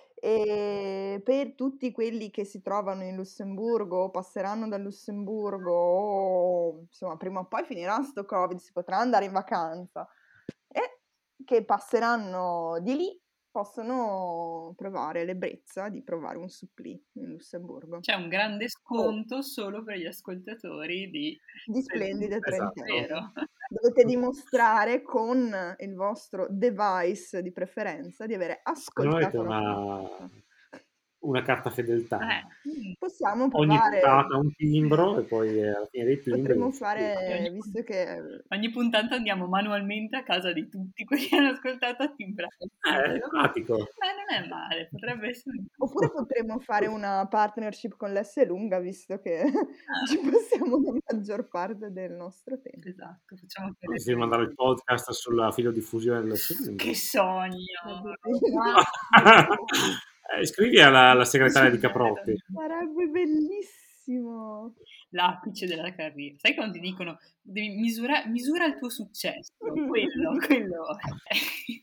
E per tutti quelli che si trovano in Lussemburgo o passeranno dal Lussemburgo o insomma prima o poi finirà sto Covid, si potrà andare in vacanza e che passeranno di lì possono provare l'ebbrezza di provare un supplì in Lussemburgo. C'è un grande Oh, sconto solo per gli ascoltatori di di del splendide podcast, Esatto. trentenni. vero? Dovete dimostrare con il vostro device di preferenza di avere Non avete ascoltato la una, puntata. una carta fedeltà. Eh, mh. Possiamo Ogni provare, puntata un timbro e poi eh, alla fine dei timbri potremmo un supplì. Sì, fare, ogni visto pun che ogni puntata andiamo manualmente a casa di tutti quelli che hanno ascoltato a timbrare il Eh, è timbro. pratico. Beh, non è male, potrebbe essere oppure potremmo fare una partnership con l'S lunga, visto che ci ah, passiamo la maggior parte del nostro tempo. esatto, facciamo quelle Potresti mandare il podcast sulla filodiffusione delle che siringhe. sogno, Sarebbe Rosa. bellissimo. Eh, scrivi alla, alla Non segretaria di sognare Caprotti. tanto. Sarebbe bellissimo. L'apice della carriera. Sai quando ti dicono devi misura misura il tuo successo, quello quello è.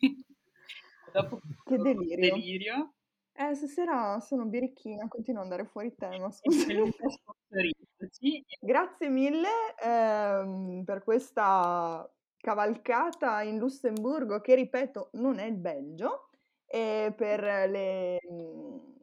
Dopo Che questo delirio. delirio, Eh, stasera sono birichina, continuo ad andare fuori tema, il scusa. Feluca sponsorizzaci. Grazie mille, ehm, per questa cavalcata in Lussemburgo che, ripeto, non è il Belgio, e per le mhmm,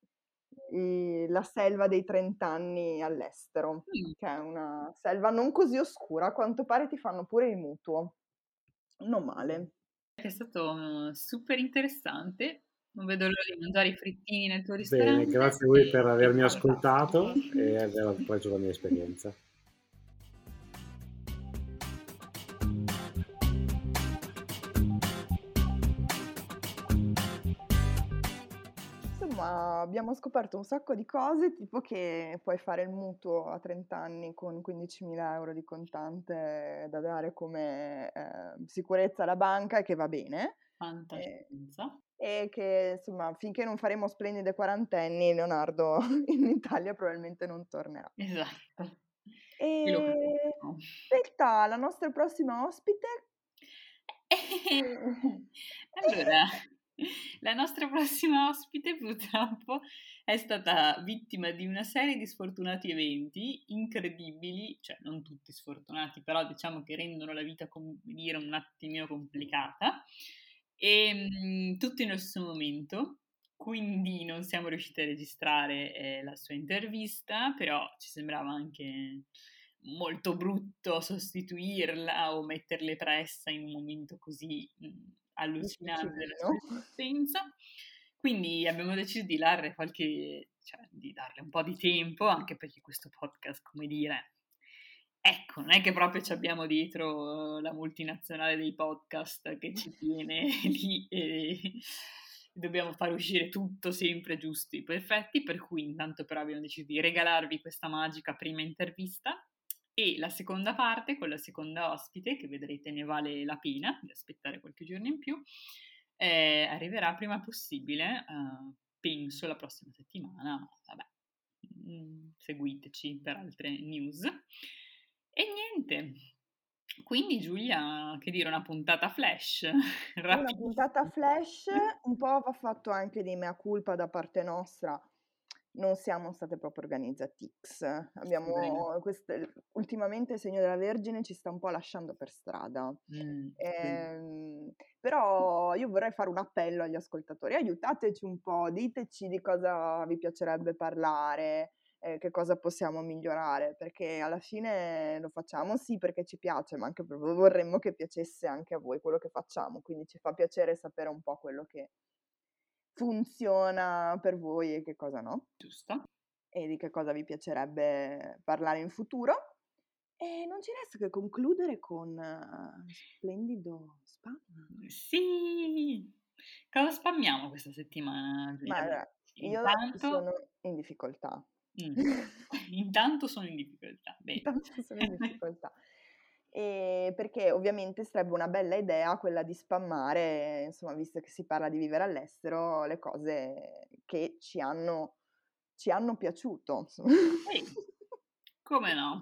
i la selva dei trenta anni all'estero, Mh, che è una selva non così oscura, a quanto pare ti fanno pure il mutuo. Non male. è stato super interessante. Non vedo l'ora di mangiare i frittini nel tuo Bene, ristorante grazie a voi per e e avermi fantastico. ascoltato e aver appreso la mia esperienza. Insomma, abbiamo scoperto un sacco di cose, tipo che puoi fare il mutuo a trenta anni con quindicimila euro di contante da dare come eh, sicurezza alla banca e che va bene. E, Fantascienza. e che insomma, finché non faremo splendide quarantenni, Leonardo in Italia probabilmente non tornerà. Esatto. E lo E capisco. Aspetta, la nostra prossima ospite. Allora, la nostra prossima ospite purtroppo è stata vittima di una serie di sfortunati eventi incredibili, cioè non tutti sfortunati, però diciamo che rendono la vita, come dire, un attimino complicata, e mh, tutto nello stesso momento. Quindi non siamo riusciti a registrare eh, la sua intervista, però ci sembrava anche molto brutto sostituirla o metterle pressa in un momento così mh, allucinante della Difficilino. sua esistenza. Quindi abbiamo deciso di darle qualche, cioè di darle un po' di tempo, anche perché questo podcast, come dire, ecco, non è che proprio ci abbiamo dietro la multinazionale dei podcast che ci tiene lì e dobbiamo far uscire tutto sempre giusti, perfetti, per cui intanto però abbiamo deciso di regalarvi questa magica prima intervista e la seconda parte, con la seconda ospite, che vedrete ne vale la pena di aspettare qualche giorno in più, eh, arriverà prima possibile, eh, penso la prossima settimana, ma vabbè, mm, seguiteci per altre news. E niente, quindi Giulia, che dire, una puntata flash, Una puntata rapidissima. flash, un po' va fatto anche di mea culpa da parte nostra. Non siamo state proprio organizzatix. Bene. Abbiamo queste, ultimamente il segno della Vergine ci sta un po' lasciando per strada. Mm, sì. Ehm, però io vorrei fare un appello agli ascoltatori: aiutateci un po', diteci di cosa vi piacerebbe parlare, eh, che cosa possiamo migliorare, perché alla fine lo facciamo sì perché ci piace, ma anche proprio vorremmo che piacesse anche a voi quello che facciamo, quindi ci fa piacere sapere un po' quello che funziona per voi e che cosa no, Giusto? e di che cosa vi piacerebbe parlare in futuro. E non ci resta che concludere con eh, splendido spam. Sì! Cosa spammiamo questa settimana, Giulia? Ma Beh, allora, io intanto sono in difficoltà. mh, intanto sono in difficoltà, bene. Intanto sono in difficoltà. Ehm, perché ovviamente sarebbe una bella idea quella di spammare, insomma, visto che si parla di vivere all'estero, le cose che ci hanno ci hanno piaciuto, insomma. Sì, come no?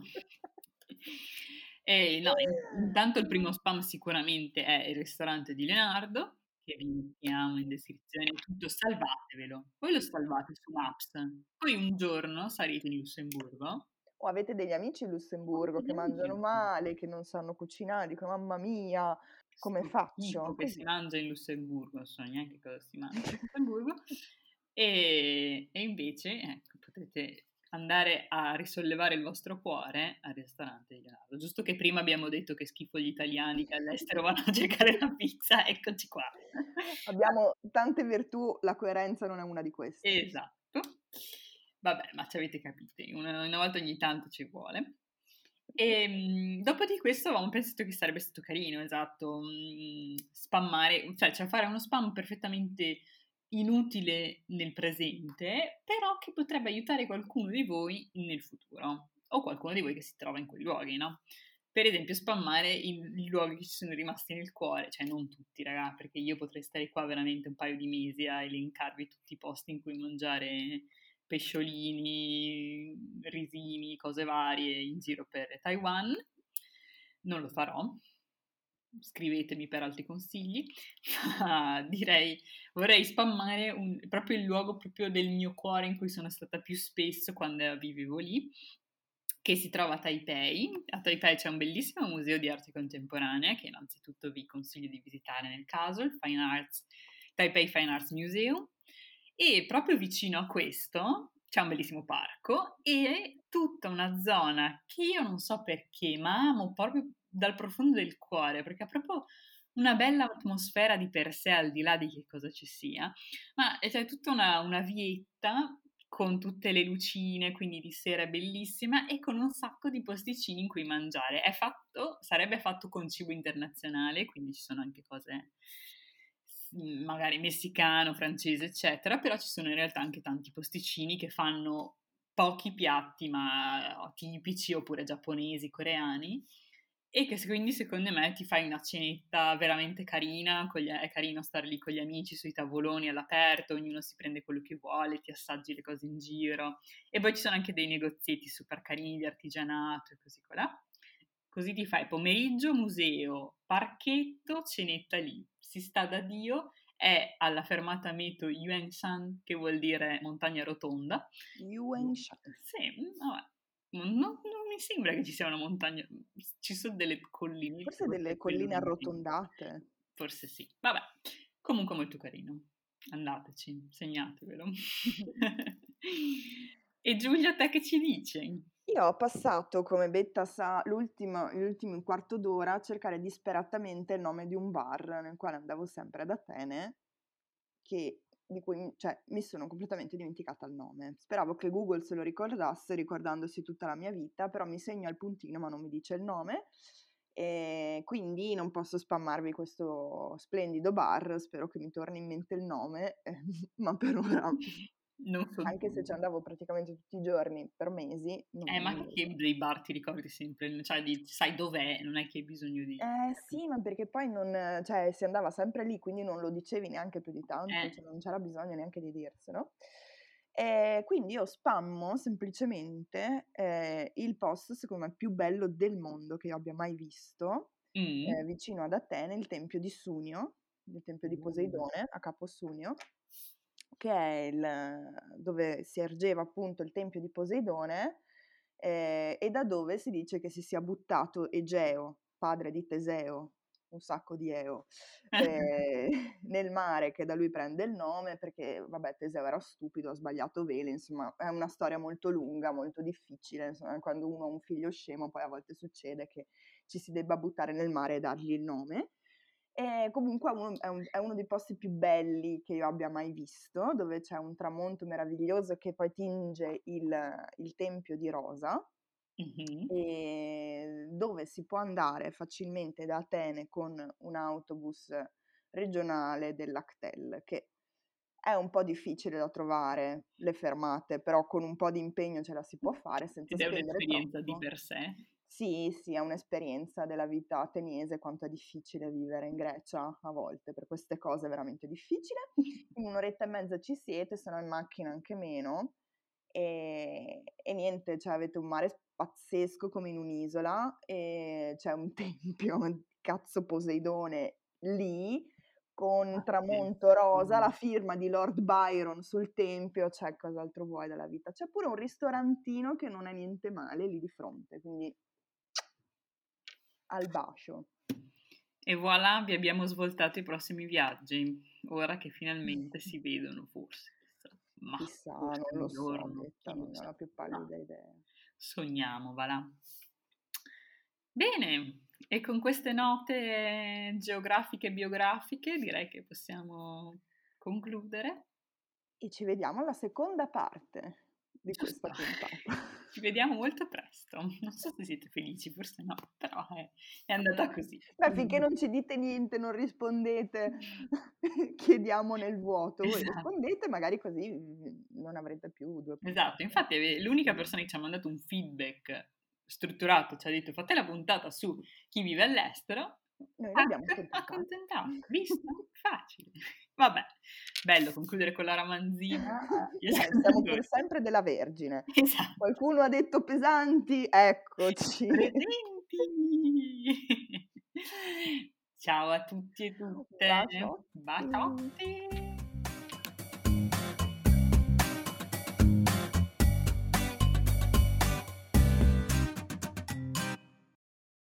E no, in intanto il primo spam sicuramente è il ristorante di Leonardo, che vi mettiamo in descrizione tutto, salvatevelo. Voi lo salvate su Maps, poi un giorno sarete in Lussemburgo. O avete degli amici in Lussemburgo che mangiano male, che non sanno cucinare, dico: "Mamma mia, come Sto faccio?" schifo che si Così. mangia in Lussemburgo, non so neanche cosa si mangia in Lussemburgo. E, e invece, ecco, potete andare a risollevare il vostro cuore al ristorante di Leonardo. Giusto che prima abbiamo detto che schifo gli italiani che all'estero vanno a cercare la pizza, eccoci qua. Abbiamo tante virtù, la coerenza non è una di queste. Esatto. Vabbè, ma ci avete capito, una, una volta ogni tanto ci vuole. E dopo di questo avevamo pensato che sarebbe stato carino, esatto, mh, spammare, cioè, cioè fare uno spam perfettamente inutile nel presente, però che potrebbe aiutare qualcuno di voi nel futuro, o qualcuno di voi che si trova in quei luoghi, no? Per esempio, spammare i, i luoghi che ci sono rimasti nel cuore, cioè non tutti, raga, perché io potrei stare qua veramente un paio di mesi a elencarvi tutti i posti in cui mangiare pesciolini, risini, cose varie in giro per Taiwan. Non lo farò. Scrivetemi per altri consigli. Ma direi, vorrei spammare un, proprio il luogo proprio del mio cuore in cui sono stata più spesso quando vivevo lì, che si trova a Taipei. A Taipei c'è un bellissimo museo di arte contemporanea che innanzitutto vi consiglio di visitare nel caso, il Fine Arts, Taipei Fine Arts Museum, e proprio vicino a questo c'è un bellissimo parco e tutta una zona che io non so perché, ma amo proprio dal profondo del cuore, perché ha proprio una bella atmosfera di per sé, al di là di che cosa ci sia, ma c'è tutta una, una vietta con tutte le lucine, quindi di sera è bellissima, e con un sacco di posticini in cui mangiare. È fatto, sarebbe fatto con cibo internazionale, quindi ci sono anche cose magari messicano, francese, eccetera, però ci sono in realtà anche tanti posticini che fanno pochi piatti, ma tipici, oppure giapponesi, coreani, e che quindi secondo me ti fai una cenetta veramente carina, con gli- è carino stare lì con gli amici sui tavoloni all'aperto, ognuno si prende quello che vuole, ti assaggi le cose in giro, e poi ci sono anche dei negozietti super carini di artigianato e così colà. Così ti fai pomeriggio, museo, parchetto, cenetta lì. Si sta da Dio, è alla fermata metro Yuanshan, che vuol dire montagna rotonda. Yuan Shan. Sì, vabbè. Non, non- non mi sembra che ci sia una montagna, ci sono delle colline, Forse delle forse quello colline non mi sembra. arrotondate. Forse sì. Vabbè, comunque molto carino. Andateci, segnatevelo. E Giulia, te che ci dici? Io ho passato, come Betta sa, l'ultimo l'ultimo quarto d'ora a cercare disperatamente il nome di un bar nel quale andavo sempre ad Atene, che di cui m cioè, mi sono completamente dimenticata il nome. Speravo che Google se lo ricordasse, ricordandosi tutta la mia vita, però mi segna il puntino ma non mi dice il nome, e quindi non posso spammarvi questo splendido bar, spero che mi torni in mente il nome, eh, ma per ora, Non so anche se ci dire. andavo praticamente tutti i giorni per mesi, non Eh, non ma me lo che ricordo. dei bar ti ricordi sempre, cioè di- sai dov'è, non è che hai bisogno di... Eh sì, ma perché poi non cioè si andava sempre lì, quindi non lo dicevi neanche più di tanto, Eh, cioè non c'era bisogno neanche di dirselo. Ehm, quindi io spammo semplicemente, ehm, il post secondo me più bello del mondo che io abbia mai visto, ehm, mm. vicino ad Atene, il tempio di Sunio, il tempio di Uh. Poseidone a Capo Sunio, che è il dove si ergeva appunto il tempio di Poseidone, ehm, e da dove si dice che si sia buttato Egeo, padre di Teseo, un sacco di eo, ehm, nel mare che da lui prende il nome perché, vabbè, Teseo era stupido, ha sbagliato vele, insomma è una storia molto lunga, molto difficile, insomma quando uno ha un figlio scemo poi a volte succede che ci si debba buttare nel mare e dargli il nome. E comunque è uno, è, un, è uno dei posti più belli che io abbia mai visto, dove c'è un tramonto meraviglioso che poi tinge il, il tempio di rosa, Mhm. e dove si può andare facilmente da Atene con un autobus regionale dell'Actel, che è un po' difficile da trovare, le fermate, però con un po' di impegno ce la si può fare senza Ed è spendere un'esperienza di troppo. per sé. Sì, sì, è un'esperienza della vita ateniese, quanto è difficile vivere in Grecia a volte, per queste cose è veramente difficile. In un'oretta e mezza ci siete, se no in macchina anche meno. E, e niente, cioè avete un mare pazzesco come in un'isola, e c'è un tempio, cazzo Poseidone, lì, con Ah, tramonto rosa, la bellissimo. firma di Lord Byron sul tempio, cioè cos'altro vuoi dalla vita? C'è pure un ristorantino che non è niente male lì di fronte, quindi al bacio. E voilà, vi abbiamo svoltato i prossimi viaggi, ora che finalmente si vedono, forse. Chissà. Ma Chissà, forse non un lo so, giorno, Betta, chi lo non ne ho sa. la più No, pallida idea. sogniamo, voilà. Bene, e con queste note geografiche e biografiche direi che possiamo concludere. E ci vediamo alla seconda parte di questa Giusto. puntata. Ci vediamo molto presto. Non so se siete felici, forse no, però è, è andata così. Beh, finché non ci dite niente, non rispondete, chiediamo nel vuoto. Voi Esatto. rispondete, magari così mm, non avrete più due Esatto, puntate. infatti è l'unica persona che ci ha mandato un feedback strutturato, ci ha detto fate la puntata su chi vive all'estero, Noi tac, l'abbiamo accontentata. accontentato, visto? Facile. Vabbè, bello concludere con la ramanzina. Beh, siamo pur sempre della Vergine. Esatto. Qualcuno ha detto pesanti, eccoci. Presenti! Ciao a tutti e Un tutte. bacio. Baciotti!